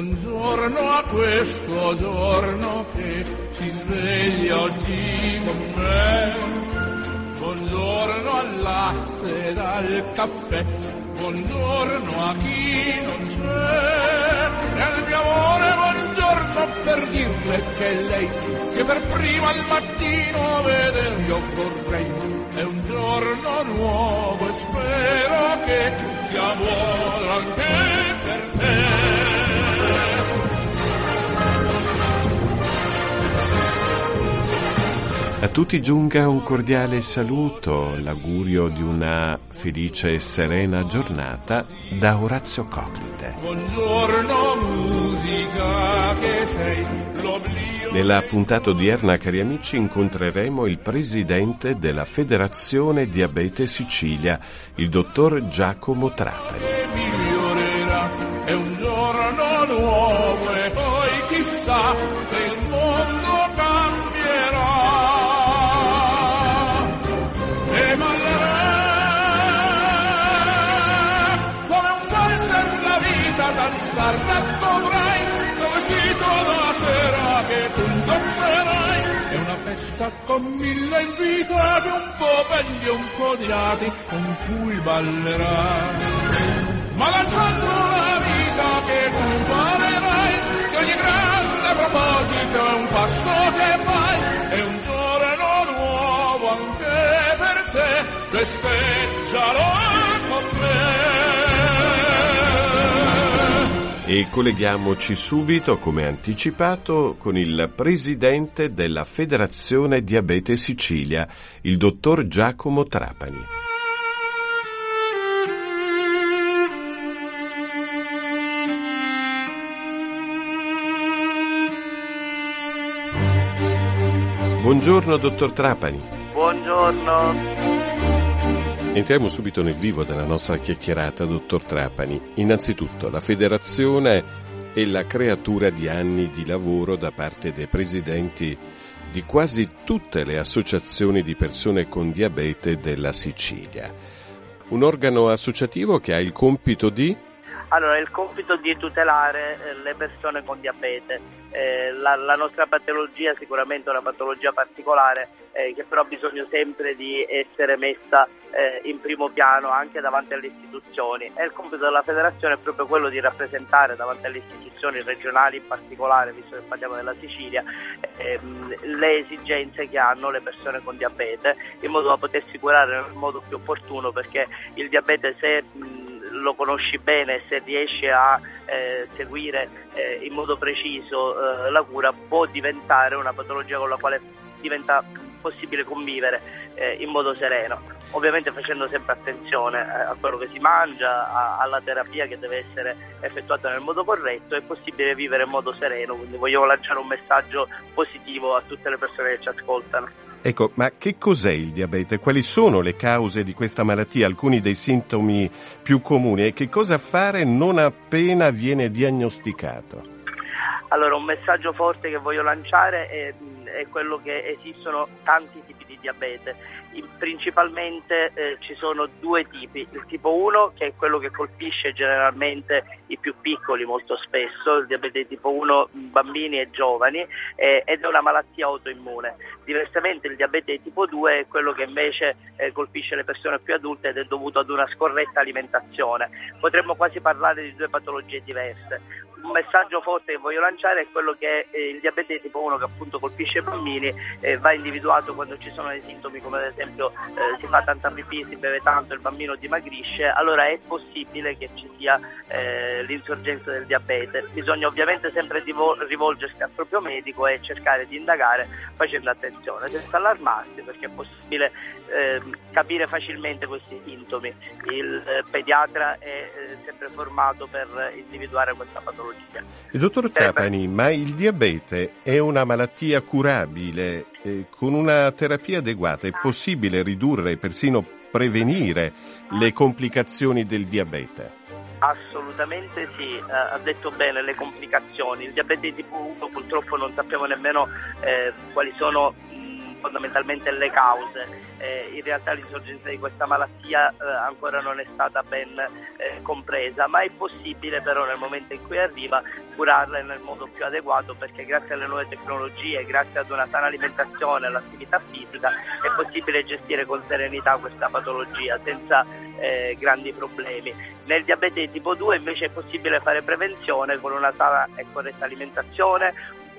Buongiorno a questo giorno che si sveglia oggi con me. Buongiorno al latte ed al caffè. Buongiorno a chi non c'è. E al mio amore buongiorno per dirle che lei, che per prima al mattino veder io vorrei. È un giorno nuovo e spero che sia buono anche per te. A tutti giunga un cordiale saluto, l'augurio di una felice e serena giornata da Orazio Coclite. Buongiorno musica che sei l'oblio. Nella puntata odierna, cari amici, incontreremo il presidente della Federazione Diabete Sicilia, il dottor Giacomo Trapani. È un giorno nuovo e poi chissà se il mondo cambierà. E ballerà come un valzer la vita, danzar dovrai, vestito da sera che tu indosserai. È una festa con 1000 invitati, un po' belli e un po' odiati, con cui ballerai. Ma lanciando la vita che tu farerai, che ogni grande proposito è un passo che fai, è un giorno nuovo anche per te, festeggialo con me. E colleghiamoci subito, come anticipato, con il presidente della Federazione Diabete Sicilia, il dottor Giacomo Trapani. Buongiorno, dottor Trapani. Buongiorno. Entriamo subito nel vivo della nostra chiacchierata, dottor Trapani. Innanzitutto, la federazione è la creatura di anni di lavoro da parte dei presidenti di quasi tutte le associazioni di persone con diabete della Sicilia. Un organo associativo che ha il compito di... Allora, il compito di tutelare le persone con diabete. La nostra patologia è sicuramente una patologia particolare che però ha bisogno sempre di essere messa in primo piano anche davanti alle istituzioni, e il compito della federazione è proprio quello di rappresentare davanti alle istituzioni regionali in particolare, visto che parliamo della Sicilia, le esigenze che hanno le persone con diabete, in modo da potersi curare nel modo più opportuno, perché il diabete, se lo conosci bene, se riesci a seguire in modo preciso la cura, può diventare una patologia con la quale diventa possibile convivere in modo sereno, ovviamente facendo sempre attenzione a quello che si mangia, alla terapia che deve essere effettuata nel modo corretto. È possibile vivere in modo sereno, quindi voglio lanciare un messaggio positivo a tutte le persone che ci ascoltano. Ecco, ma che cos'è il diabete? Quali sono le cause di questa malattia? Alcuni dei sintomi più comuni, e che cosa fare non appena viene diagnosticato? Allora, un messaggio forte che voglio lanciare è quello che esistono tanti tipi di diabete. Principalmente ci sono due tipi: il tipo 1, che è quello che colpisce generalmente i più piccoli molto spesso, il diabete tipo 1 bambini e giovani, ed è una malattia autoimmune. Diversamente il diabete tipo 2 è quello che invece colpisce le persone più adulte ed è dovuto ad una scorretta alimentazione. Potremmo quasi parlare di due patologie diverse. Un messaggio forte che voglio lanciare è quello che il diabete tipo 1, che appunto colpisce i bambini, va individuato quando ci sono dei sintomi come ad esempio si fa tanta pipì, si beve tanto, il bambino dimagrisce. Allora è possibile che ci sia l'insorgenza del diabete. Bisogna ovviamente sempre rivolgersi al proprio medico e cercare di indagare facendo attenzione, senza allarmarsi, perché è possibile capire facilmente questi sintomi. Il pediatra è sempre formato per individuare questa patologia. Il dottor Trapani, ma il diabete è una malattia curabile? Con una terapia adeguata è possibile ridurre e persino prevenire le complicazioni del diabete? Assolutamente sì, ha detto bene, le complicazioni. Il diabete tipo 1 purtroppo non sappiamo nemmeno quali sono fondamentalmente le cause. in realtà l'insorgenza di questa malattia ancora non è stata ben compresa, ma è possibile però nel momento in cui arriva curarla nel modo più adeguato, perché grazie alle nuove tecnologie, grazie ad una sana alimentazione e all'attività fisica è possibile gestire con serenità questa patologia senza grandi problemi. Nel diabete di tipo 2 invece è possibile fare prevenzione con una sana e corretta alimentazione,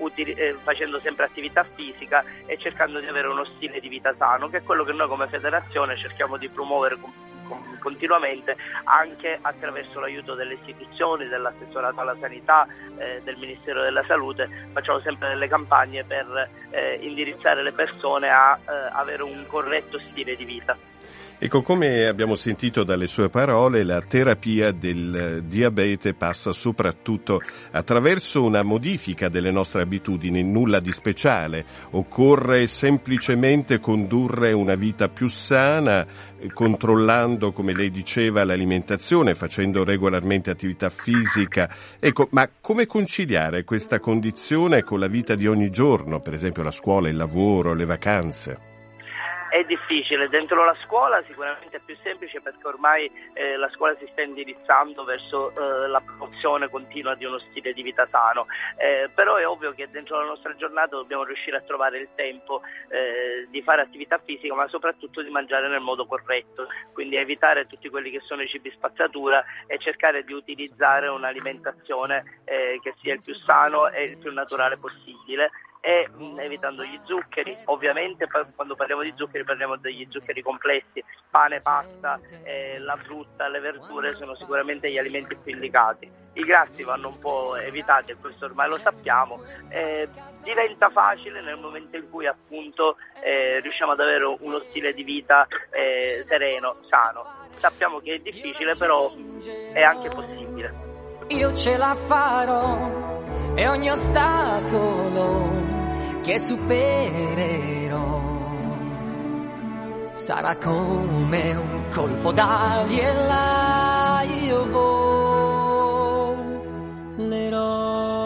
facendo sempre attività fisica e cercando di avere uno stile di vita sano, che è quello che noi come federazione cerchiamo di promuovere continuamente, anche attraverso l'aiuto delle istituzioni, dell'assessorato alla sanità, del Ministero della Salute. Facciamo sempre delle campagne per indirizzare le persone a avere un corretto stile di vita. Ecco, come abbiamo sentito dalle sue parole, la terapia del diabete passa soprattutto attraverso una modifica delle nostre abitudini, nulla di speciale. Occorre semplicemente condurre una vita più sana, controllando, come lei diceva, l'alimentazione, facendo regolarmente attività fisica. Ecco, ma come conciliare questa condizione con la vita di ogni giorno, per esempio la scuola, il lavoro, le vacanze? È difficile, dentro la scuola sicuramente è più semplice perché ormai la scuola si sta indirizzando verso la promozione continua di uno stile di vita sano, però è ovvio che dentro la nostra giornata dobbiamo riuscire a trovare il tempo di fare attività fisica, ma soprattutto di mangiare nel modo corretto, quindi evitare tutti quelli che sono i cibi spazzatura e cercare di utilizzare un'alimentazione che sia il più sano e il più naturale possibile, e evitando gli zuccheri. Ovviamente quando parliamo di zuccheri parliamo degli zuccheri complessi, pane, pasta, la frutta, le verdure sono sicuramente gli alimenti più indicati. I grassi vanno un po' evitati e questo ormai lo sappiamo. Diventa facile nel momento in cui appunto riusciamo ad avere uno stile di vita sereno, sano. Sappiamo che è difficile, però è anche possibile. Io ce la farò e ogni ostacolo che supererò sarà come un colpo d'ali e là io volerò.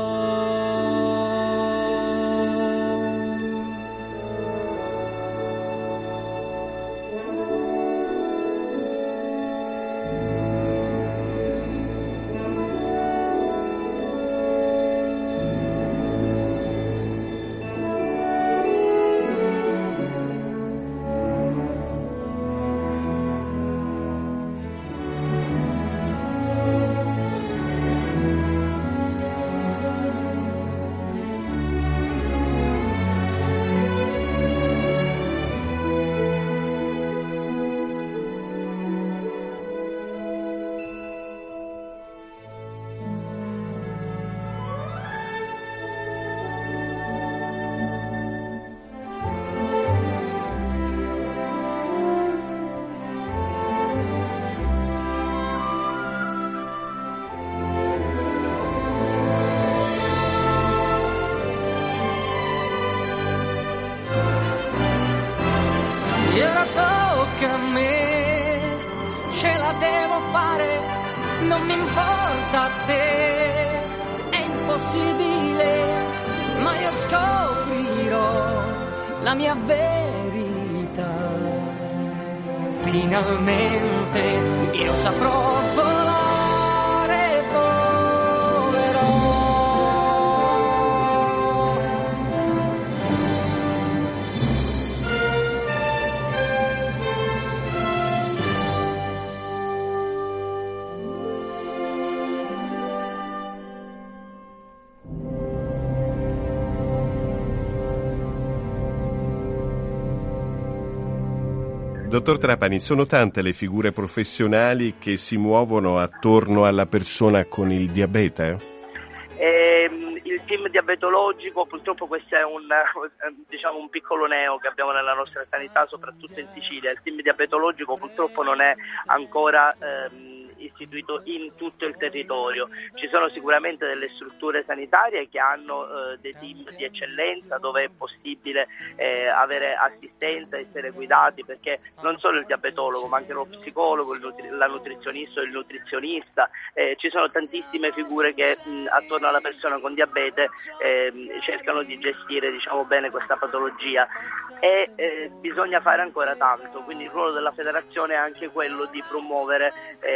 Non mi importa se è impossibile, ma io scoprirò la mia verità. Finalmente io saprò volare, volerò. Dottor Trapani, sono tante le figure professionali che si muovono attorno alla persona con il diabete? Il team diabetologico, purtroppo questo è un piccolo neo che abbiamo nella nostra sanità, soprattutto in Sicilia. Il team diabetologico purtroppo non è ancora istituito in tutto il territorio. Ci sono sicuramente delle strutture sanitarie che hanno dei team di eccellenza dove è possibile avere assistenza, essere guidati, perché non solo il diabetologo ma anche lo psicologo, la nutrizionista o il nutrizionista, ci sono tantissime figure che attorno alla persona con diabete cercano di gestire, diciamo, bene questa patologia, e bisogna fare ancora tanto, quindi il ruolo della federazione è anche quello di promuovere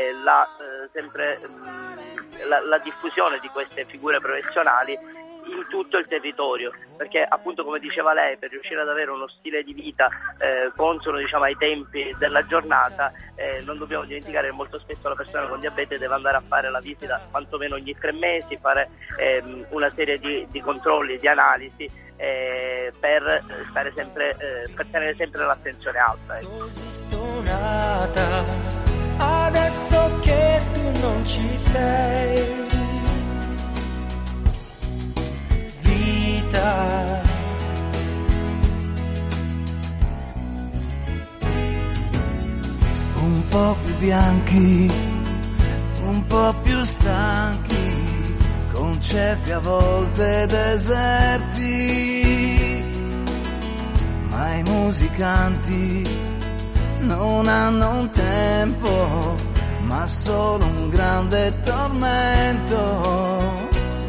la diffusione di queste figure professionali in tutto il territorio, perché appunto, come diceva lei, per riuscire ad avere uno stile di vita consono, diciamo, ai tempi della giornata, non dobbiamo dimenticare che molto spesso la persona con diabete deve andare a fare la visita quantomeno ogni 3 mesi, fare una serie di controlli, di analisi, per stare sempre, per tenere sempre l'attenzione alta. Così stonata, adesso che tu non ci sei, vita. Un po' più bianchi, un po' più stanchi, concerti a volte deserti, ma i musicanti non hanno un tempo, ma solo un grande tormento.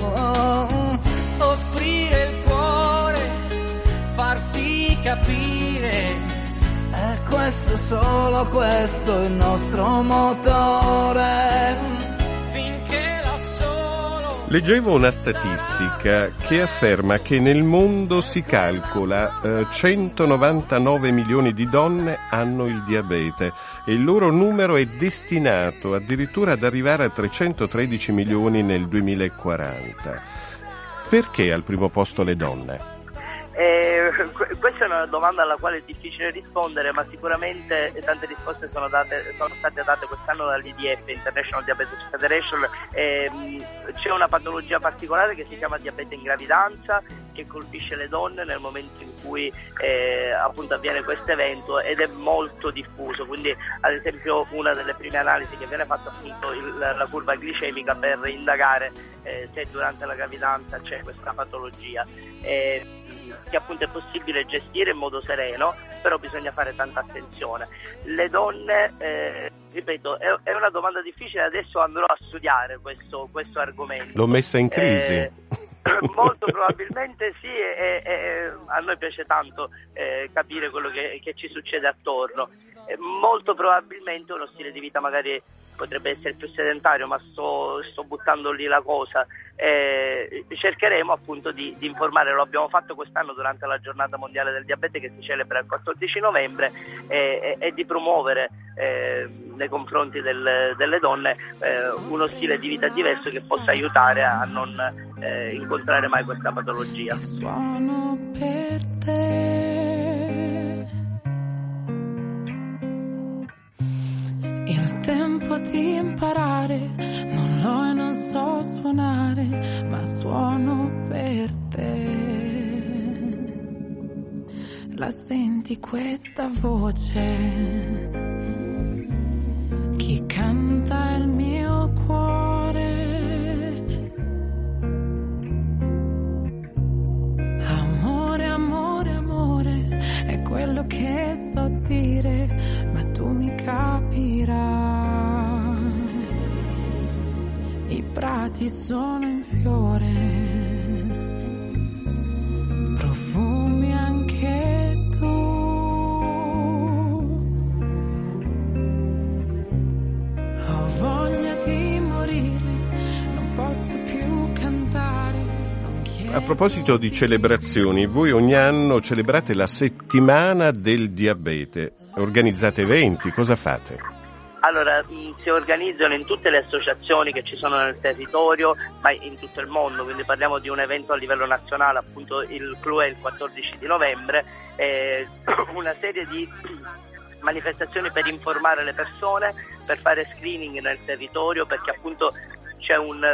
Offrire il cuore, farsi capire, è questo, solo questo il nostro motore. finché la solo. Leggevo una statistica che afferma che nel mondo si calcola 199 milioni di donne hanno il diabete e il loro numero è destinato addirittura ad arrivare a 313 milioni nel 2040. Perché al primo posto le donne? Questa è una domanda alla quale è difficile rispondere, ma sicuramente tante risposte sono state date quest'anno dall'IDF, International Diabetes Federation. C'è una patologia particolare che si chiama diabete in gravidanza, che colpisce le donne nel momento in cui appunto avviene questo evento, ed è molto diffuso. Quindi, ad esempio, una delle prime analisi che viene fatta appunto la curva glicemica per indagare se durante la gravidanza c'è questa patologia, che appunto è possibile gestire in modo sereno, però bisogna fare tanta attenzione. Le donne, ripeto, è una domanda difficile, adesso andrò a studiare questo argomento. L'ho messa in crisi. Molto probabilmente sì, e a noi piace tanto capire quello che ci succede attorno. Molto probabilmente uno stile di vita magari potrebbe essere più sedentario, ma sto buttando lì la cosa. Cercheremo appunto di informare, lo abbiamo fatto quest'anno durante la giornata mondiale del diabete che si celebra il 14 novembre, e di promuovere nei confronti delle donne uno stile di vita diverso che possa aiutare a non incontrare mai questa patologia. Suono per te, il tempo di imparare non l'ho e non so suonare, ma suono per te. La senti questa voce? Chi canta il mio cuore? Amore, amore, amore, è quello che so dire, ma tu mi capirai. I prati sono in fiore, profumi anche tu. Ho voglia di morire, non posso più cantare. A proposito di celebrazioni, voi ogni anno celebrate la settimana del diabete, organizzate eventi, cosa fate? Allora, si organizzano in tutte le associazioni che ci sono nel territorio, ma in tutto il mondo, quindi parliamo di un evento a livello nazionale, appunto il CLUE il 14 di novembre, una serie di manifestazioni per informare le persone, per fare screening nel territorio, perché appunto c'è una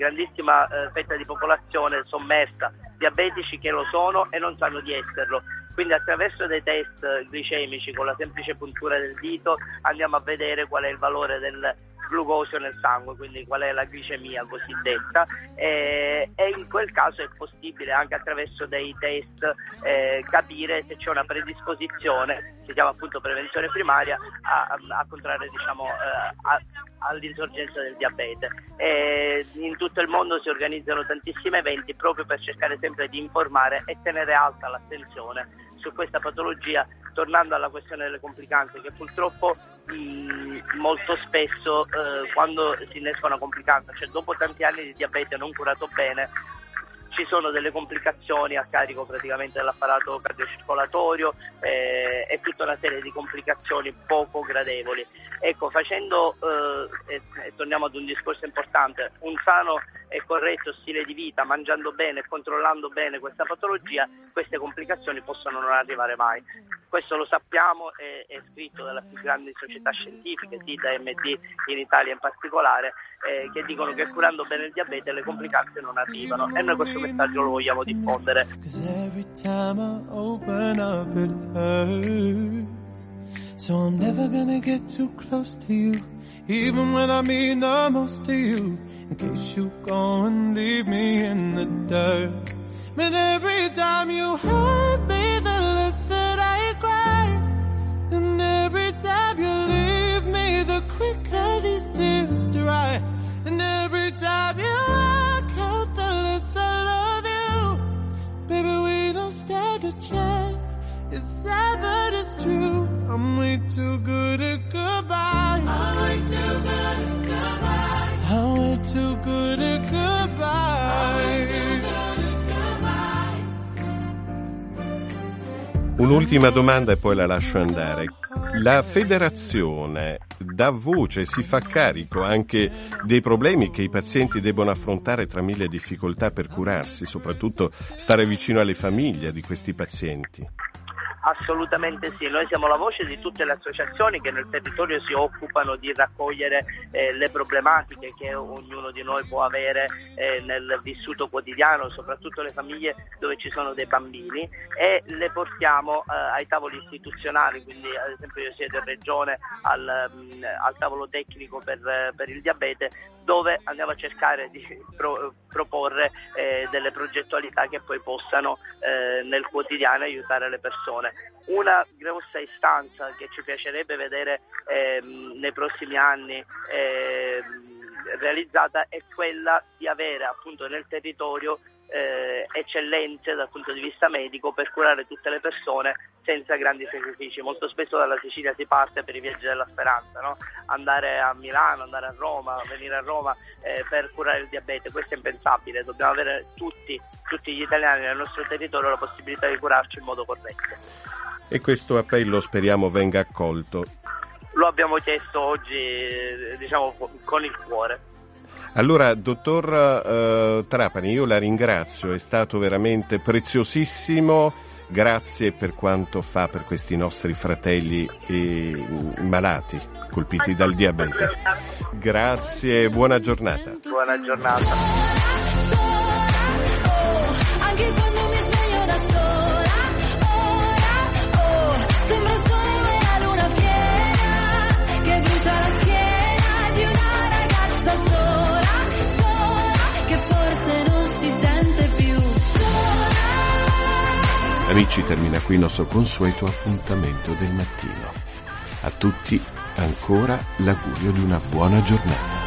grandissima fetta di popolazione sommersa, diabetici che lo sono e non sanno di esserlo. Quindi attraverso dei test glicemici con la semplice puntura del dito andiamo a vedere qual è il valore del glucosio nel sangue, quindi qual è la glicemia cosiddetta, e in quel caso è possibile anche attraverso dei test capire se c'è una predisposizione, si chiama appunto prevenzione primaria, a contrarre all'insorgenza del diabete. In tutto il mondo si organizzano tantissimi eventi proprio per cercare sempre di informare e tenere alta l'attenzione su questa patologia, tornando alla questione delle complicanze, che purtroppo molto spesso quando si innesca una complicanza, cioè dopo tanti anni di diabete non curato bene, ci sono delle complicazioni a carico praticamente dell'apparato cardiocircolatorio e tutta una serie di complicazioni poco gradevoli. Ecco, facendo, torniamo ad un discorso importante, un sano e corretto stile di vita, mangiando bene e controllando bene questa patologia, queste complicazioni possono non arrivare mai. Questo lo sappiamo, è scritto dalle più grandi società scientifiche, SIDA e MD in Italia in particolare, che dicono che curando bene il diabete le complicanze non arrivano, e noi questo messaggio lo vogliamo diffondere. So I'm never gonna get too close to you, even when I mean the most to you, in case you go and leave me in the dirt. But every time you hurt me, the less that I cry, and every time you leave me, the quicker these tears dry, and every time you walk out, the less I love you. Baby, we don't stand a chance. It's sad but it's true. I'm way too good at goodbye. I'm way too good at goodbye. I'm way too good at goodbye. Un'ultima domanda e poi la lascio andare. La federazione dà voce, si fa carico anche dei problemi che i pazienti debbono affrontare tra mille difficoltà per curarsi, soprattutto stare vicino alle famiglie di questi pazienti? Assolutamente sì, noi siamo la voce di tutte le associazioni che nel territorio si occupano di raccogliere le problematiche che ognuno di noi può avere nel vissuto quotidiano, soprattutto le famiglie dove ci sono dei bambini, e le portiamo ai tavoli istituzionali, quindi ad esempio io siedo in regione al tavolo tecnico per il diabete, dove andiamo a cercare di proporre delle progettualità che poi possano nel quotidiano aiutare le persone. Una grossa istanza che ci piacerebbe vedere nei prossimi anni realizzata è quella di avere appunto nel territorio eccellenze dal punto di vista medico per curare tutte le persone senza grandi sacrifici. Molto spesso dalla Sicilia si parte per i viaggi della speranza, no? Andare a Milano, andare a Roma, venire a Roma per curare il diabete, questo è impensabile. Dobbiamo avere tutti gli italiani nel nostro territorio la possibilità di curarci in modo corretto. E questo appello speriamo venga accolto. Lo abbiamo chiesto oggi, diciamo, con il cuore. Allora, dottor Trapani, io la ringrazio, è stato veramente preziosissimo, grazie per quanto fa per questi nostri fratelli malati, colpiti dal diabete. Grazie, buona giornata. Buona giornata. Amici, termina qui il nostro consueto appuntamento del mattino. A tutti ancora l'augurio di una buona giornata.